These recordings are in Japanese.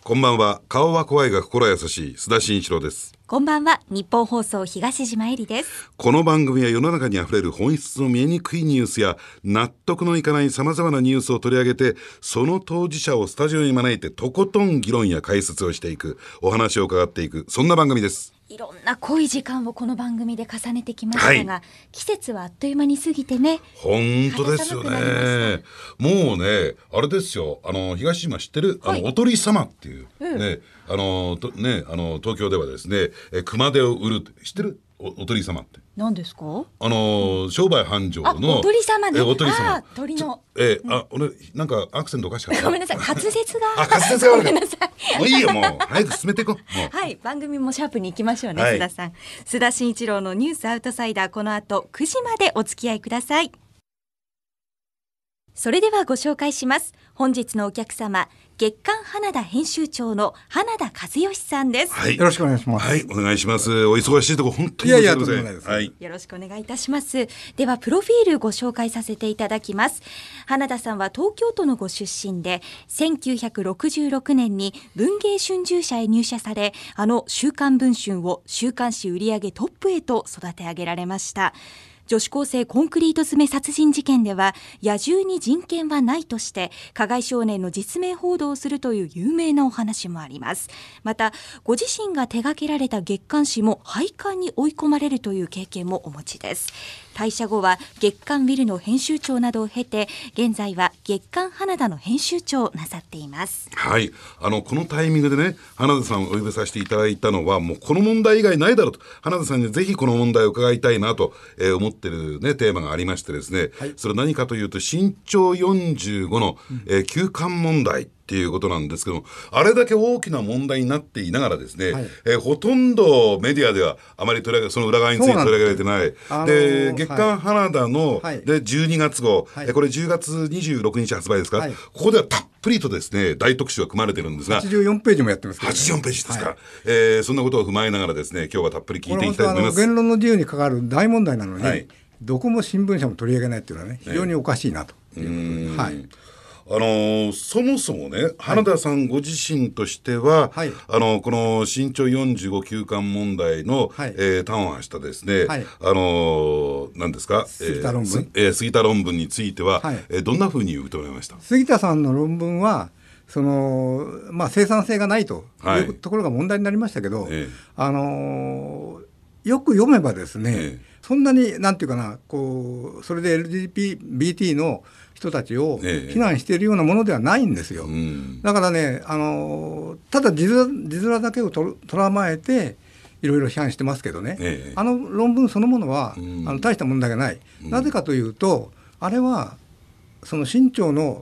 こんばんは。顔は怖いが心優しい須田慎一郎です。 こんばんは。日本放送東島えりです。 この番組は世の中にあふれる本質の見えにくいニュースや納得のいかない様々なニュースを取り上げて、その当事者をスタジオに招いてとことん議論や解説をしていく、お話を伺っていく、そんな番組です。 いろんな濃い時間をこの番組で重ねてきましたが、季節はあっという間に過ぎてね。 本当ですよね。もうね、あれですよ。東島知ってる、おとり様っていう、ね、東京ではですね、熊手を売るって知ってる？おとり様って何ですか？ 商売繁盛のおとり様ね。 おとり様。 鳥の。 俺なんかアクセントおかしかった。 ごめんなさい。滑舌が。 滑舌が悪い。 ごめんなさい。 もういいよ、もう早く進めていこう。もうはい、番組もシャープに行きましょうね、須田さん。須田慎一郎のニュースアウトサイダー、この後9時までお付き合いください。それではご紹介します。本日のお客様、月刊花田編集長の花田和義さんです。 はい、よろしくお願いします。 はい、お願いします。お忙しいところ本当に申し訳ございません。 はい、 よろしくお願いいたします。ではプロフィールご紹介させていただきます。花田さんは東京都のご出身で、1966年に文藝春秋社へ入社され、週刊文春を週刊誌売上トップへと育て上げられました。女子高生コンクリート詰め殺人事件では野獣に人権はないとして加害少年の実名報道をするという有名なお話もあります。またご自身が手掛けられた月刊誌も廃刊に追い込まれるという経験もお持ちです。退社後は月刊ウィルの編集長などを経て、現在は月刊花田の編集長をなさっています。 はい、このタイミングでね、花田さんをお呼びさせていただいたのは、もうこの問題以外ないだろうと、花田さんにぜひこの問題を伺いたいなと、思ってる、ね、テーマがありましてですね、それは何かというと、新潮45の、休刊問題っていうことなんですけども、あれだけ大きな問題になっていながらですね、ほとんどメディアではあまりその裏側について取り上げられてない。で、月刊花田の、で12月号、これ10月26日発売ですか、ここではたっぷりとですね、大特集が組まれてるんですが、 84ページもやってますけど、ね、 84ページですか、そんなことを踏まえながらですね、今日はたっぷり聞いていきたいと思います。 言論の自由に関わる大問題なのに、どこも新聞社も取り上げないっていうのはね、非常におかしいなということで、 そもそもね、花田さんご自身としては、この新潮45休刊問題の、端を発したですね、何ですか、 杉田論文、 杉田論文については、どんなふうに受け止めました？ 杉田さんの論文は生産性がないというところが問題になりましたけど、よく読めばですね、そんなになんていうかな、それで LGBT の人たちを非難しているようなものではないんですよ。だからね、ただ字面だけを捉まえていろいろ批判してますけどね、論文そのものは大した問題がない。なぜかというと、あれはその新潮の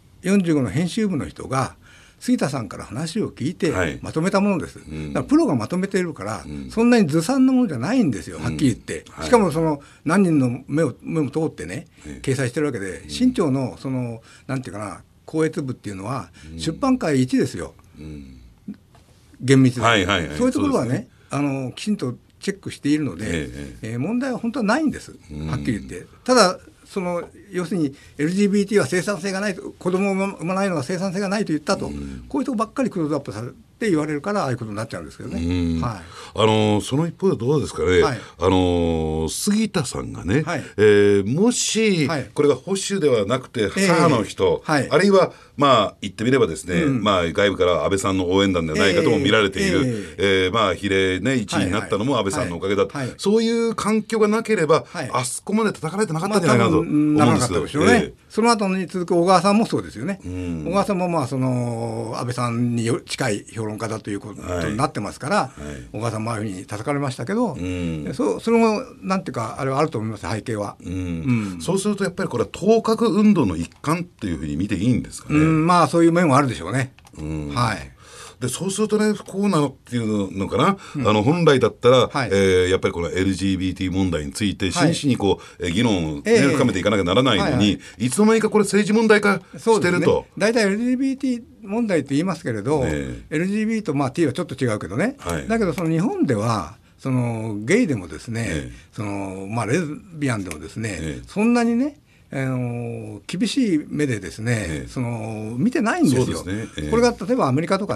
45の編集部の人が杉田さんから話を聞いてまとめたものです。だからプロがまとめているから、そんなにずさんなものじゃないんですよ、はっきり言って。しかもその何人の目も通ってね、掲載してるわけで、新潮のそのなんていうかな、校閲部っていうのは出版界一ですよ、厳密に。そういうところはね、きちんとチェックしているので、問題は本当はないんです、はっきり言って。ただ要するに LGBT は生産性がないと、子供を産まないのは生産性がないと言ったと、こういうとこばっかりクローズアップされて言われるから、ああいうことになっちゃうんですけどね。 その一方でどうですかね、杉田さんがね、もし、これが保守ではなくて左派の人、あるいは言ってみればですね、外部から安倍さんの応援団ではないかとも見られている、比例ね1位になったのも安倍さんのおかげだと、そういう環境がなければ、あそこまで叩かれてなかったんじゃないかなと思うんですけど、 その後に続く小川さんもそうですよね。小川さんも安倍さんに近い評論家だということになってますから、小川さんもああいうふうに叩かれましたけど、それもなんていうか、あれはあると思います、背景は。 そうするとやっぱりこれは当確運動の一環っていうふうに見ていいんですかね。 そういう面はあるでしょうね。 でそうするとね、不幸なのっていうのかな、本来だったら、やっぱりこの LGBT 問題について真摯に議論を、深めていかなきゃならないのに、いつの間にかこれ政治問題化してると。 大体、LGBT 問題って言いますけれど、LGBT とT はちょっと違うけどね、だけどその日本ではゲイでもですね、レズビアンでもですね、そんなにね厳しい目でですね、見てないんですよ。これが例えばアメリカとかね、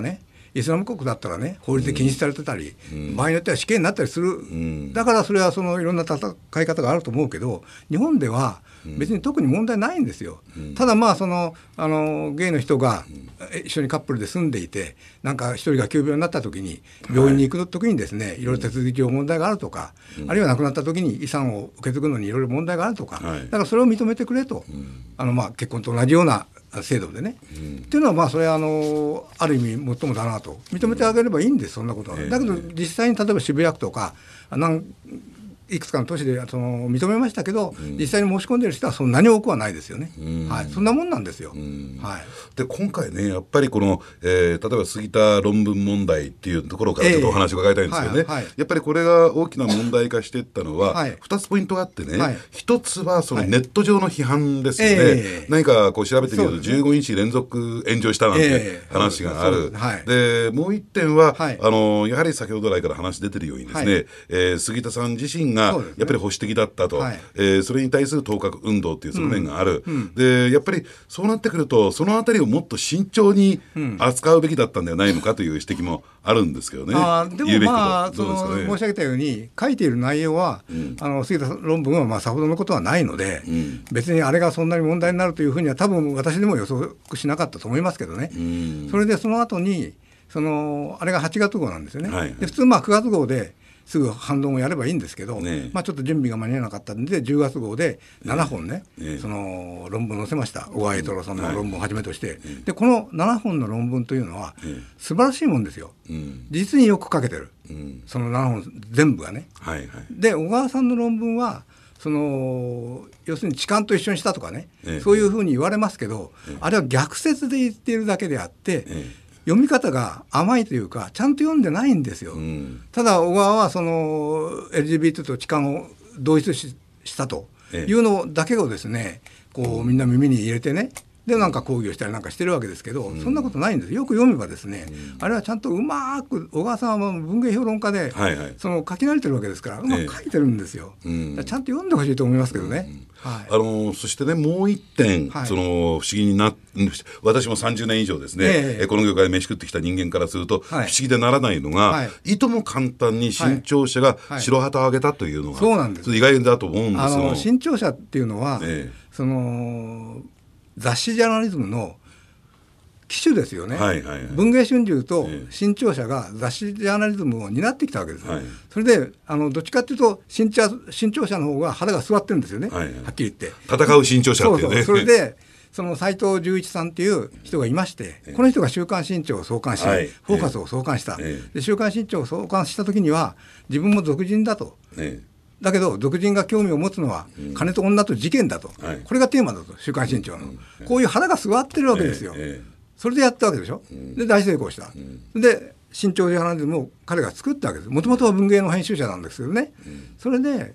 イスラム国だったらね法律で禁止されてたり、場合によっては死刑になったりする、だからそれはそのいろんな戦い方があると思うけど、日本では別に特に問題ないんですよ。ただまあゲイの人が一緒にカップルで住んでいて、なんか一人が急病になった時に病院に行く時にですね、いろいろ手続き上問題があるとか、あるいは亡くなった時に遺産を受け継ぐのにいろいろ問題があるとか、だからそれを認めてくれと、結婚と同じような制度でね、っていうのはまあそれはある意味もっともだなと認めてあげればいいんです、そんなことは。だけど実際に例えば渋谷区とかいくつかの都市で認めましたけど、実際に申し込んでいる人はそんなに多くはないですよね。はい、そんなもんなんですよ。はい、 で今回ねやっぱりこの、例えば杉田論文問題っていうところからちょっとお話を伺いたいんですけどね、やっぱりこれが大きな問題化していったのは、2つポイントがあってね、1つはそのネット上の批判ですよね。何かこう調べてみると15日連続炎上したなんて話がある。でもう1点は、やはり先ほど来から話出てるようにですね、杉田さん自身がやっぱり保守的だったと、それに対する当確運動っていう側面がある、でやっぱりそうなってくるとそのあたりをもっと慎重に扱うべきだったんではないのかという指摘もあるんですけどね。 でもまあ申し上げたように書いている内容は、杉田論文はまあさほどのことはないので、別にあれがそんなに問題になるというふうには多分私でも予測しなかったと思いますけどね。それでその後にあれが8月号なんですよね。で普通9月号ですぐ反論をやればいいんですけど、ちょっと準備が間に合わなかったんで10月号で7本ね、その論文を載せました。小川栄太郎さんの論文をはじめとして、でこの7本の論文というのは素晴らしいもんですよ。実によく書けてる、その7本全部がね。で小川さんの論文は要するに痴漢と一緒にしたとかね、そういうふうに言われますけど、あれは逆説で言っているだけであって、読み方が甘いというかちゃんと読んでないんですよ。ただ小川はLGBT と痴漢を同一したというのだけをですね、こうみんな耳に入れてね、でなんか抗議をしたりなんかしてるわけですけど、そんなことないんです。よく読めばですね、あれはちゃんとうまく小川さんは文芸評論家で、書き慣れてるわけですからうまく書いてるんですよ。ちゃんと読んでほしいと思いますけどね。 そしてねもう一点、不思議に私も30年以上ですね、この業界で飯食ってきた人間からすると、不思議でならないのが、いとも簡単に新潮社が白旗を上げたというのが、そうなんです。意外だと思うんですよ。 新潮社っていうのは、雑誌ジャーナリズムの機種ですよね。文藝春秋と新潮社が雑誌ジャーナリズムを担ってきたわけです。それでどっちかっていうと新潮社の方が腹が据わってるんですよね。はっきり言って戦う新潮社っていうね。 それで斉藤十一さんっていう人がいまして、この人が週刊新潮を創刊し、フォーカスを創刊した。で週刊新潮を創刊した時には自分も俗人だと。だけど俗人が興味を持つのは金と女と事件だと、これがテーマだと。週刊新潮のこういう腹が据わってるわけですよ。それでやったわけでしょ。で大成功した。で新潮ジャーナリズムを彼が作ったわけです。もともとは文芸の編集者なんですけどね。それで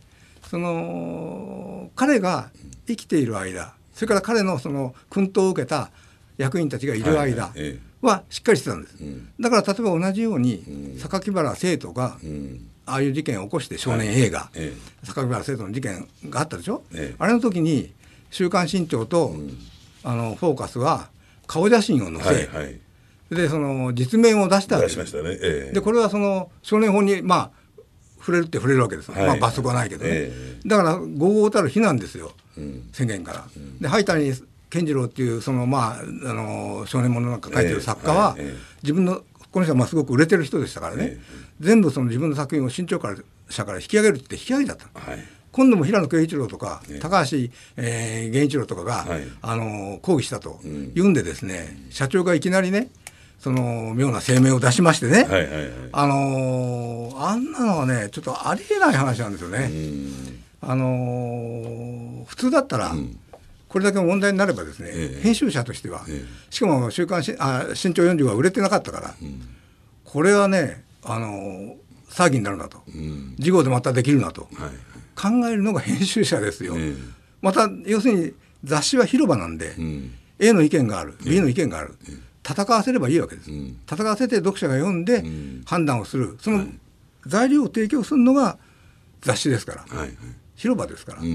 彼が生きている間、それから彼の薫陶を受けた役員たちがいる間はしっかりしてたんです。だから例えば同じように榊原生徒がああいう事件を起こして、少年 A が榊原生徒の事件があったでしょ。あれの時に週刊新潮とフォーカスは顔写真を載せ、で実名を出したわけです。でこれは少年法に触れるって触れるわけです。罰則はないけどね。だから豪々たる非難ですよ、宣言から。で灰谷健次郎っていう少年ものなんか書いてる作家は、自分のこの人はすごく売れてる人でしたからね、全部自分の作品を新潮社から引き上げるって言って引き上げちゃった。今度も平野啓一郎とか高橋源一郎とかが抗議したというんでですね、社長がいきなりね妙な声明を出しましてね、あんなのはねちょっとありえない話なんですよね。普通だったら、これだけの問題になればですね、編集者としては、しかも新潮40は売れてなかったから、これはね騒ぎになるなと、事後でまたできるなと、考えるのが編集者ですよ。また要するに雑誌は広場なんで、A の意見がある B の意見がある、戦わせればいいわけです。戦わせて読者が読んで判断をする、その材料を提供するのが雑誌ですから、広場ですから、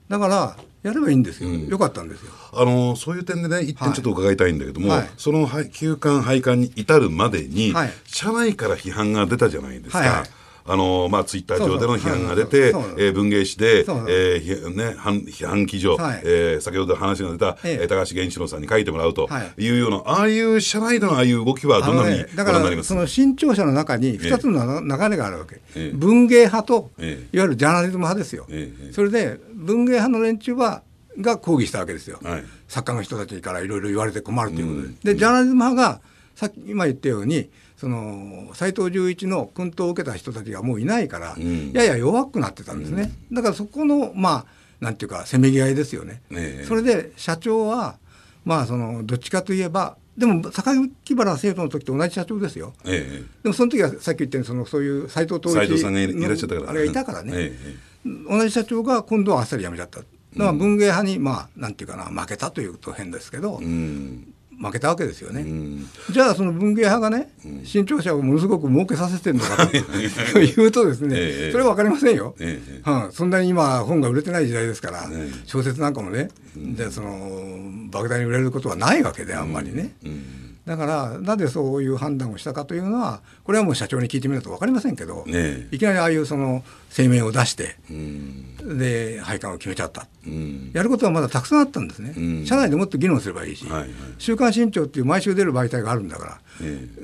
だからやればいいんですよ、よかったんですよ。 そういう点でね、一点ちょっと伺いたいんだけども、その休刊廃刊に至るまでに、社内から批判が出たじゃないですか。ツイッター上での批判が出て、文芸誌で、批判記事を、先ほど話が出た、高橋源一郎さんに書いてもらうというような、ああいう社内でのああいう動きはどんなふうにご覧になります？ その新潮社の中に2つの流れがあるわけ、文芸派と、いわゆるジャーナリズム派ですよ。それで文芸派の連中が抗議したわけですよ、作家の人たちからいろいろ言われて困るということで、ジャーナリズム派がさっき今言ったようにその斎藤十一の薫陶を受けた人たちがもういないから、やや弱くなってたんですね、だからそこのなんていうかせめぎ合いですよね、それで社長はそのどっちかといえばでも榊原生徒の時と同じ社長ですよ、でもその時はさっき言ったようにそういう斎藤東一さんがいらっしゃったから、 あれがいたからね、同じ社長が今度はあっさり辞めちゃった。だから文芸派になんていうかな負けたというと変ですけど、負けたわけですよね、じゃあその文芸派がね、新潮社をものすごく儲けさせてるのかというとですね、それは分かりませんよ、そんなに今本が売れてない時代ですから、小説なんかもね、でその莫大に売れることはないわけであんまりね、だからなぜそういう判断をしたかというのはこれはもう社長に聞いてみないと分かりませんけど、いきなりああいうその声明を出して、で廃刊を決めちゃった、やることはまだたくさんあったんですね、社内でもっと議論すればいいし、週刊新潮っていう毎週出る媒体があるんだから、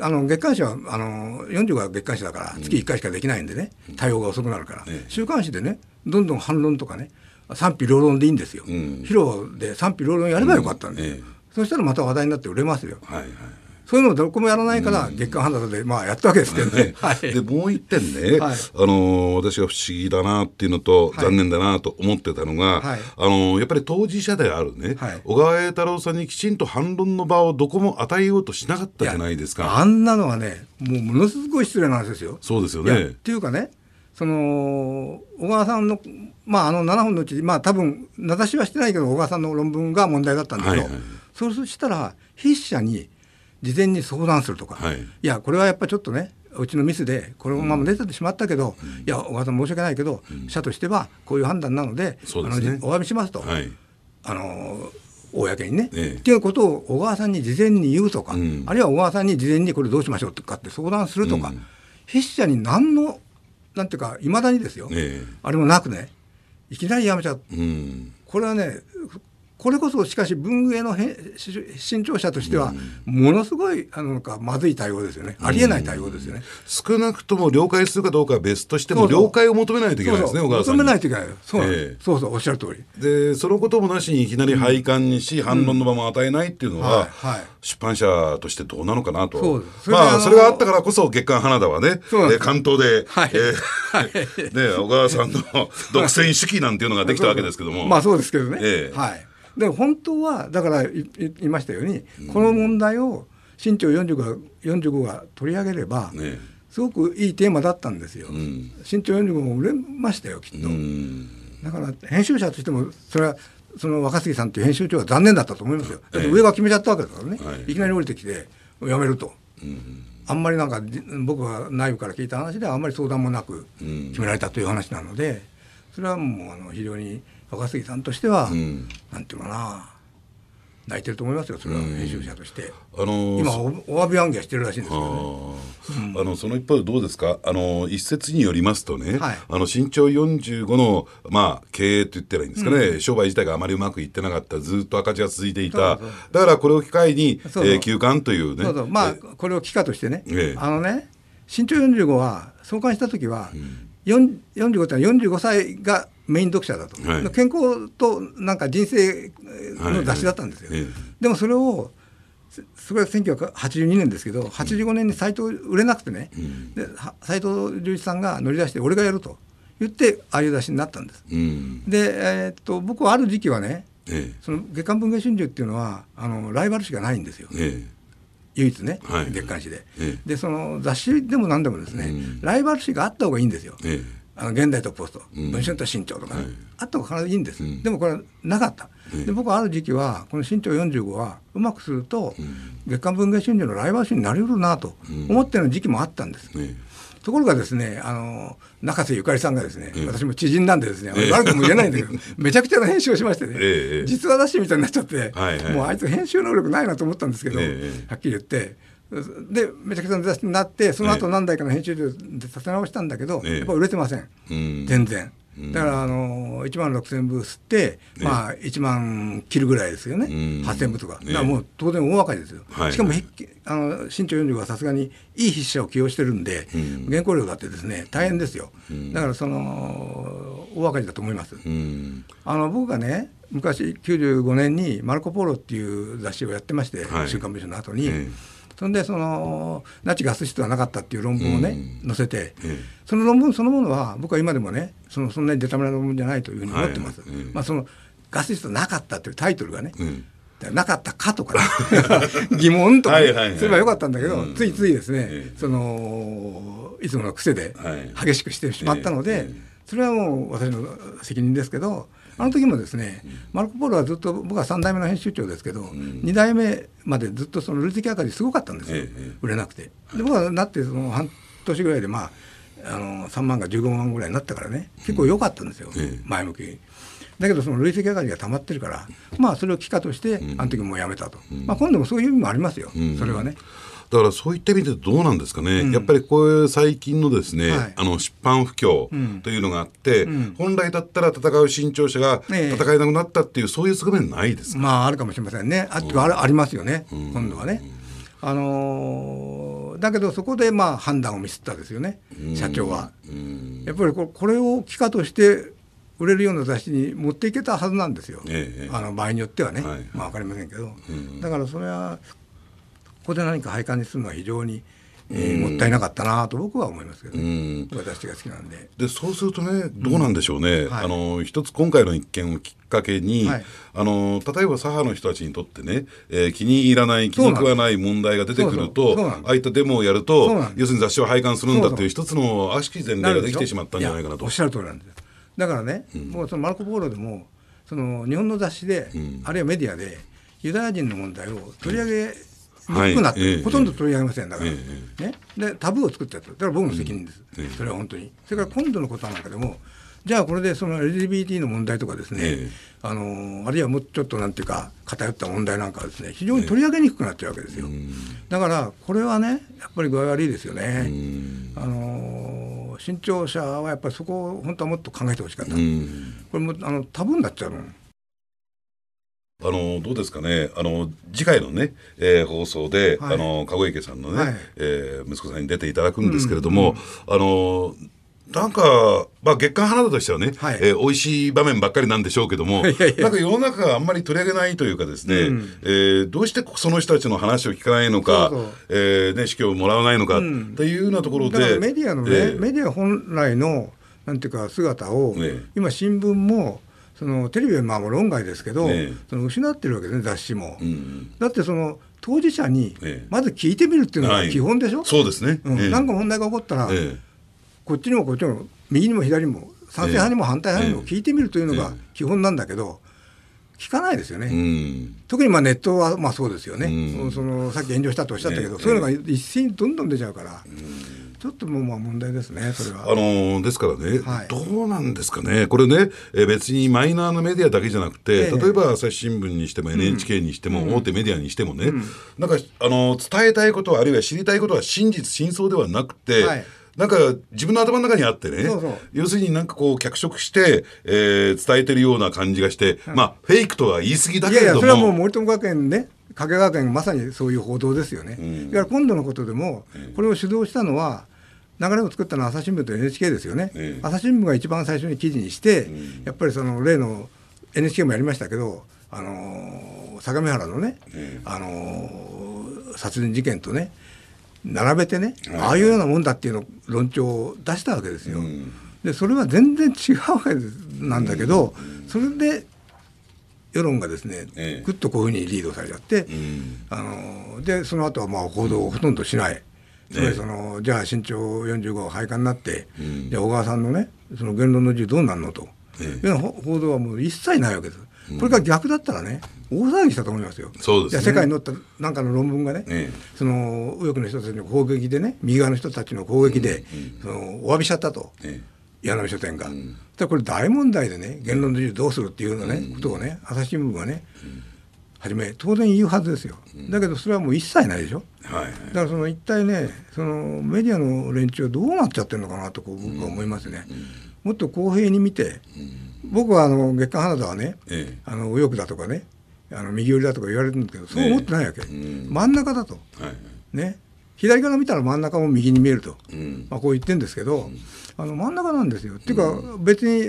月刊誌は40が月刊誌だから月1回しかできないんでね、対応が遅くなるから、週刊誌でねどんどん反論とかね賛否両論でいいんですよ、披露で賛否両論やればよかったんですよ、そしたらまた話題になって売れますよ、そういうのをどこもやらないから月刊判断でやったわけですけどね、 でもう一点ね、私が不思議だなっていうのと、残念だなと思ってたのが、やっぱり当事者であるね、小川栄太郎さんにきちんと反論の場をどこも与えようとしなかったじゃないですか。 あんなのはねものすごい失礼な話ですよ。 そうですよね。 っていうかね、その小川さんの7本のうち多分名指しはしてないけど小川さんの論文が問題だったんだけど、そうしたら筆者に事前に相談するとか、いやこれはやっぱりちょっとねうちのミスでこのまま出てしまったけど、いや小川さん申し訳ないけど、社としてはこういう判断なので、お詫びしますと、公にね、っていうことを小川さんに事前に言うとか、あるいは小川さんに事前にこれどうしましょうとかって相談するとか、筆者に何のなんていうかいまだにですよ、あれもなくねいきなりやめちゃう、これはねこれこそしかし文芸の新潮社としてはものすごいまずい対応ですよね、ありえない対応ですよね、 少なくとも了解するかどうかは別としても了解を求めないといけないですね、小川さんに。 求めないといけない、そうおっしゃる通りで、そのこともなしにいきなり廃刊にし、反論の場も与えないっていうのは、出版社としてどうなのかなと。それがあったからこそ月刊花田はね、関東で、小川さんの独占主義なんていうのができたわけですけども、 そうですけどね、で本当はだから言いましたように、この問題を新潮45が取り上げれば、すごくいいテーマだったんですよ、新潮45も売れましたよきっと、だから編集者としてもそれはその若杉さんという編集長は残念だったと思いますよ。だって上が決めちゃったわけだからね、いきなり降りてきてやめると、あんまり僕が内部から聞いた話ではあんまり相談もなく決められたという話なので、それはもう非常に若杉さんとしては、なんていうかな泣いてると思いますよ、それは編集者として、今お詫び案件してるらしいんですけどね。 その一方でどうですか、一説によりますとね、新潮45の、経営と言ったらいいんですかね、商売自体があまりうまくいってなかった、ずっと赤字が続いていた、だからこれを機会に休刊というね、 これを機会としてね、新潮45は創刊した時は、45ってのは45歳がメイン読者だと、健康となんか人生の雑誌だったんですよ、でもそれは1982年ですけど、85年にサイト売れなくてね、で斎藤隆一さんが乗り出して俺がやると言ってああいう雑誌になったんです、で、僕はある時期はね、その月刊文藝春秋っていうのはライバル誌がないんですよ、唯一ね、月刊誌で、でその雑誌でも何でもですね、ライバル誌があった方がいいんですよ、現代とポスト、文春と新潮とかね、あった方が必ずいいんです、でもこれはなかった、で僕はある時期はこの新潮45はうまくすると、月刊文藝春秋のライバル誌になりうるなと思ってる時期もあったんです、 ところがですね中瀬ゆかりさんがですね、私も知人なんでですね悪くも言えないんだけどめちゃくちゃな編集をしましてね、実話雑誌みたいになっちゃって、もうあいつ編集能力ないなと思ったんですけど、はっきり言ってでめちゃくちゃな雑誌になって、その後何台かの編集で立て直したんだけけど、やっぱ売れてません、全然。だから1万6000部吸って、1万切るぐらいですよね、8000部とか。だからもう当然大赤字ですよ。しかも新潮45はさすがにいい筆者を起用してるんで、原稿料だってですね大変ですよ。だから大赤字だと思います。僕がね昔95年にマルコ・ポーロっていう雑誌をやってまして、週刊文春の後に、そんでナチガス室はなかったっていう論文をね、載せて、その論文そのものは僕は今でもねそんなにデタめな論文じゃないというふうに思ってます。そのガス室はなかったっていうタイトルがね、なかったかとか、ね、疑問とか、ね、すればよかったんだけど、ついついですね、いつもの癖で激しくしてしまったので、それはもう私の責任ですけど、あの時もですね、マルコ・ポーロはずっと僕は3代目の編集長ですけど、2代目までずっと累積赤字すごかったんですよ、売れなくて。で僕はなって半年ぐらいで3万が15万ぐらいになったからね、結構良かったんですよ、前向きに。だけど累積赤字が溜まってるから、それを機会としてあの時もうやめたと、今度もそういう意味もありますよ、それはね。 だからそういった意味でどうなんですかね、やっぱりこういう最近のですね、出版不況というのがあって、本来だったら戦う新潮社が戦えなくなったっていう、そういう側面ないですか？ あるかもしれませんね。ありますよね、今度はね。だけどそこで判断をミスったですよね、社長は。やっぱりこれを機会として売れるような雑誌に持っていけたはずなんですよ、場合によってはね、分かりませんけど、だからそれはここで何か廃刊にするのは非常に、もったいなかったなと僕は思いますけどね、私が好きなんで。 そうするとね、どうなんでしょうね、一つ今回の一件をきっかけに、例えば左派の人たちにとってね、気に入らない気に食わない問題が出てくると、ああいったデモをやると要するに雑誌を廃刊するんだという一つの悪しき前例ができてしまったんじゃないかなと。 おっしゃる通りなんですよ。だからね、もうマルコ・ポーロでも日本の雑誌で、あるいはメディアでユダヤ人の問題を取り上げにくくなって、ほとんど取り上げません。だから、ね、でタブーを作ったやつだから僕の責任です、それは本当に。それから今度のことなんかでも、じゃあこれでLGBT の問題とかですね、あるいはもうちょっとなんていうか偏った問題なんかはですね、非常に取り上げにくくなっちゃうわけですよ。だからこれはねやっぱり具合悪いですよね。新潮社はやっぱりそこを本当はもっと考えてほしかった。これもタブーになっちゃうの。 どうですかね、次回のね、放送で、籠池さんのね、息子さんに出ていただくんですけれども、なんか、月刊花田としてはね、美味しい場面ばっかりなんでしょうけども、なんか世の中があんまり取り上げないというかですね、どうしてその人たちの話を聞かないのか、資料をもらわないのかというようなところで、 だからメディアのね、メディア本来のなんていうか姿を、今新聞もテレビはもう論外ですけど、失ってるわけですね、雑誌も。だって当事者にまず聞いてみるっていうのが基本でしょ。 そうですね。 なんか問題が起こったら、こっちにもこっちにも右にも左にも賛成派にも反対派にも聞いてみるというのが基本なんだけど、聞かないですよね。特にネットはそうですよね。さっき炎上したとおっしゃったけど、そういうのが一斉にどんどん出ちゃうから、ちょっともう問題ですね、それは。 ですからね、どうなんですかね、これね、別にマイナーなメディアだけじゃなくて、例えば朝日新聞にしても NHK にしても、大手メディアにしてもね、なんか伝えたいことはあるいは知りたいことは真実真相ではなくて、なんか自分の頭の中にあってね、要するになんかこう脚色して、伝えてるような感じがして、フェイクとは言い過ぎだけれども、 それはもう森友学園ね、加計学園まさにそういう報道ですよね。だから今度のことでも、これを主導したのは流れを作ったのは朝日新聞と NHK ですよね。朝日新聞が一番最初に記事にして、やっぱり例の NHK もやりましたけど、相模原のね、殺人事件とね並べてね、ああいうようなもんだっていうの論調を出したわけですよ。でそれは全然違うわけなんだけど、それで世論がですね、ぐっとこういうふうにリードされちゃって、でその後は報道をほとんどしない。つまりじゃあ新潮45が廃刊になって、じゃあ小川さんのね言論の自由どうなるのというような報道はもう一切ないわけです。 これが逆だったらね大騒ぎしたと思いますよ。 そうですね。 世界に載ったなんかの論文がね、その右翼の人たちの攻撃でね、右側の人たちの攻撃で、そのお詫びしちゃったと、岩波書店が、これ大問題でね、言論の自由どうするっていうのね、ことをね、朝日新聞はね、はじめ当然言うはずですよ。だけどそれはもう一切ないでしょ。だからその一体ね、そのメディアの連中はどうなっちゃってるのかなと僕は思いますね。もっと公平に見て、僕は月刊花田はね、右翼だとかね、右寄りだとか言われるんだけど、そう思ってないわけ。真ん中だと、ね、左から見たら真ん中も右に見えると、こう言ってるんですけど、真ん中なんですよ。っていうか別に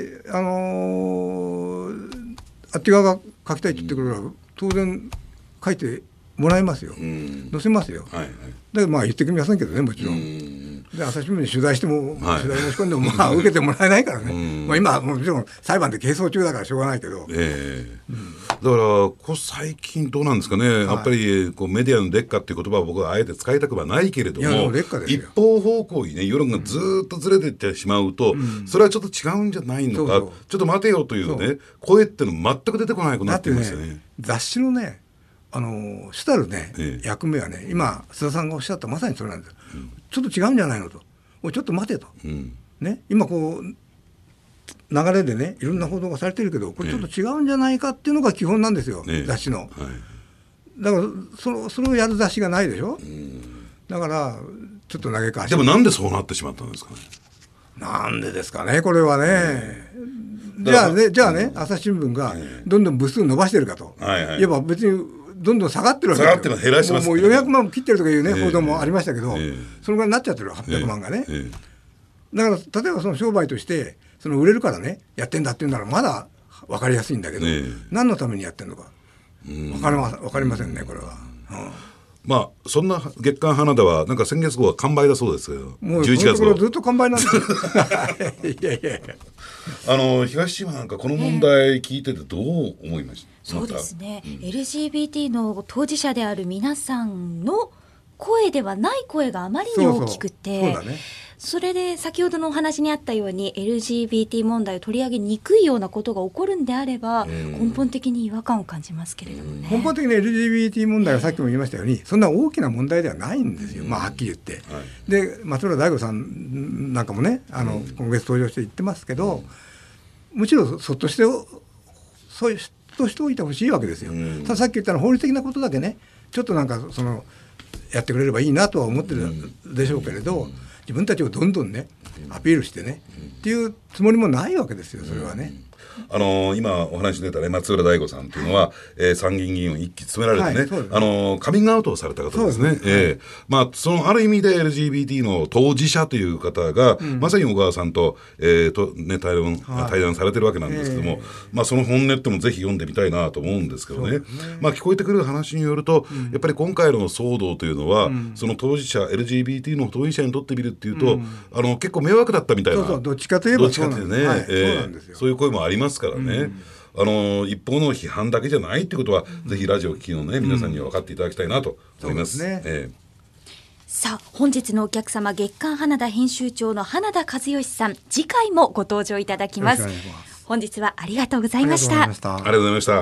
あっち側が書きたいって言ってくれれば当然書いてもらえますよ、載せますよ。だけど言ってくれませんけどね、もちろん。で朝日新聞に取材しても、取材申し込んでも受けてもらえないからね。今もちろん裁判で係争中だからしょうがないけど、だから最近どうなんですかね、やっぱりメディアの劣化っていう言葉は僕はあえて使いたくはないけれども、一方方向にね世論がずっとずれていってしまうと、それはちょっと違うんじゃないのか、ちょっと待てよというね声っての全く出てこないくなっていますよね。 雑誌のね主たるね、役目はね、今須田さんがおっしゃったまさにそれなんですよ。ちょっと違うんじゃないのと、ちょっと待てと、ね、今こう流れでねいろんな報道がされてるけど、これちょっと違うんじゃないかっていうのが基本なんですよ、雑誌の。だからそれをやる雑誌がないでしょ。だからちょっと嘆かわしい。 でもなんでそうなってしまったんですかね。 なんでですかね、これはね。じゃあね朝日新聞がどんどん部数伸ばしてるかと、いえば別にどんどん下がってるわけですよ。 減らしてます、 もう400万切ってるとかいうね、報道もありましたけど、そのぐらいになっちゃってる800万がね。だから例えばその商売としてその売れるからねやってんだっていうならまだ分かりやすいんだけど、何のためにやってんのか分かりませんね、これは。 そんな月刊花田はなんか先月号は完売だそうですけど、 もう11月号ずっと完売なんですよ。いや東島なんかこの問題聞いててどう思いました？ そうですね、LGBT の当事者である皆さんの声ではない声があまりに大きくて、それで先ほどのお話にあったように LGBT 問題を取り上げにくいようなことが起こるんであれば、根本的に違和感を感じますけれどもね。 根本的に LGBT 問題はさっきも言いましたようにそんな大きな問題ではないんですよ、はっきり言って。で松浦大吾さんなんかもね今月登場して言ってますけど、むしろそっとしてそういうとしておいてほしいわけですよ。たださっき言ったの法律的なことだけねちょっとなんかやってくれればいいなとは思ってるでしょうけれど、自分たちをどんどんねアピールしてねっていうつもりもないわけですよ、それはね。 今お話に出たね松浦大吾さんというのは、参議院議員を一期務められてね、カミングアウトをされた方ですね。そのある意味で LGBT の当事者という方が、まさに小川さんと、対談されてるわけなんですけども、その本音ってもぜひ読んでみたいなと思うんですけどね。聞こえてくる話によると、やっぱり今回の騒動というのは、その当事者 LGBT の当事者にとってみるっていうと、結構迷惑だったみたいな。 どっちかといえばそうなんですよ。 そういう声もありますからね。一方の批判だけじゃないってことは、ぜひラジオを聞きのね皆さんには分かっていただきたいなと思います。 さあ本日のお客様、月刊花田編集長の花田和義さん、次回もご登場いただきます。本日はありがとうございました。 ありがとうございました。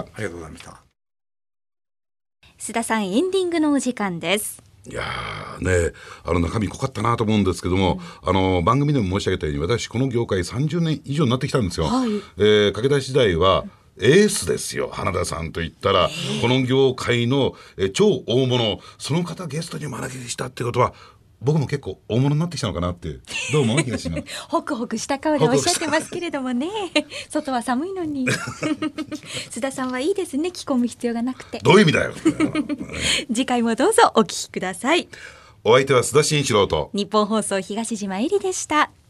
須田さん、エンディングのお時間です。 いやね、中身濃かったなと思うんですけども、番組でも申し上げたように私この業界30年以上になってきたんですよ。駆け出し時代はエースですよ。花田さんといったらこの業界の超大物、その方ゲストに招きしたってことは僕も結構大物になってきたのかなって、どう思う東島？ ホクホクした顔でおっしゃってますけれどもね。外は寒いのに。須田さんはいいですね、着込む必要がなくて。 どういう意味だよ。 次回もどうぞお聞きください。 お相手は須田慎一郎と日本放送東島えりでした。